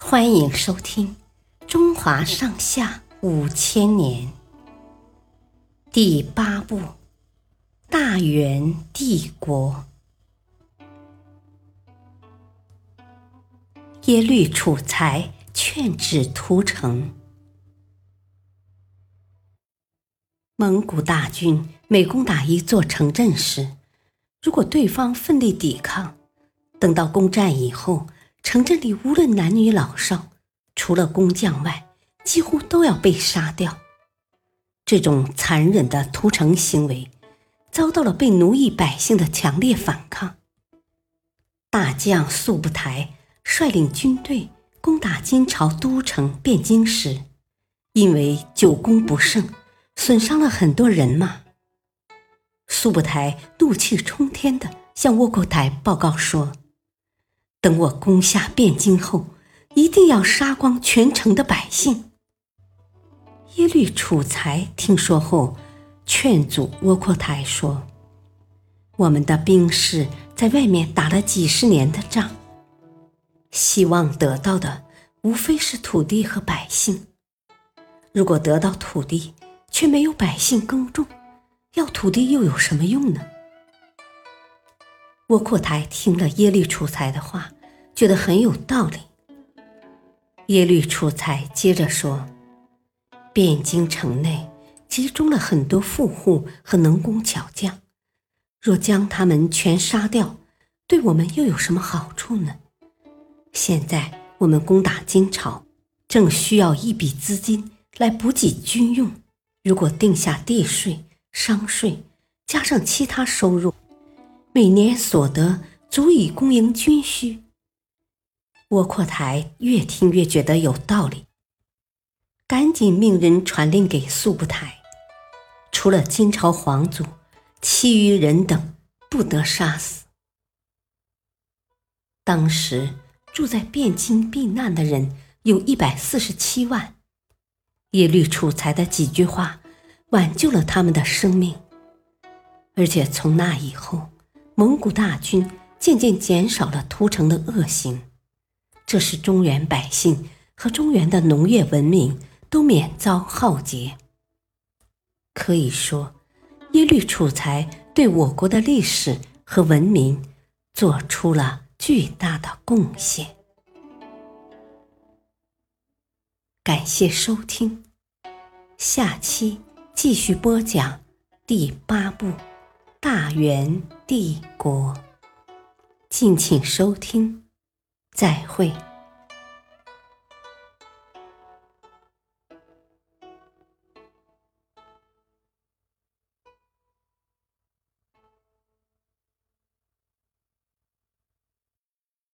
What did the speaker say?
欢迎收听《中华上下5000年》第8部《大元帝国》。耶律楚材劝止屠城。蒙古大军每攻打一座城镇时，如果对方奋力抵抗，等到攻占以后，城镇里无论男女老少，除了工匠外，几乎都要被杀掉。这种残忍的屠城行为遭到了被奴役百姓的强烈反抗。大将速不台率领军队攻打金朝都城汴京时，因为久攻不胜，损伤了很多人马。速不台怒气冲天地向窝阔台报告说，等我攻下汴京后，一定要杀光全城的百姓。耶律楚材听说后，劝阻窝阔台说，我们的兵士在外面打了几十年的仗，希望得到的无非是土地和百姓。如果得到土地，却没有百姓耕种，要土地又有什么用呢？窝阔台听了耶律楚材的话，觉得很有道理。耶律楚材接着说，汴京城内集中了很多富户和能工巧匠，若将他们全杀掉，对我们又有什么好处呢？现在我们攻打金朝，正需要一笔资金来补给军用，如果定下地税、商税，加上其他收入，每年所得足以供应军需。窝阔台越听越觉得有道理，赶紧命人传令给速不台，除了金朝皇族，其余人等不得杀死。当时住在汴京避难的人有147万，耶律楚材的几句话挽救了他们的生命。而且从那以后，蒙古大军渐渐减少了屠城的恶行，这使中原百姓和中原的农业文明都免遭浩劫。可以说，耶律楚材对我国的历史和文明做出了巨大的贡献。感谢收听，下期继续播讲第8部《大元帝国》，敬请收听，再会。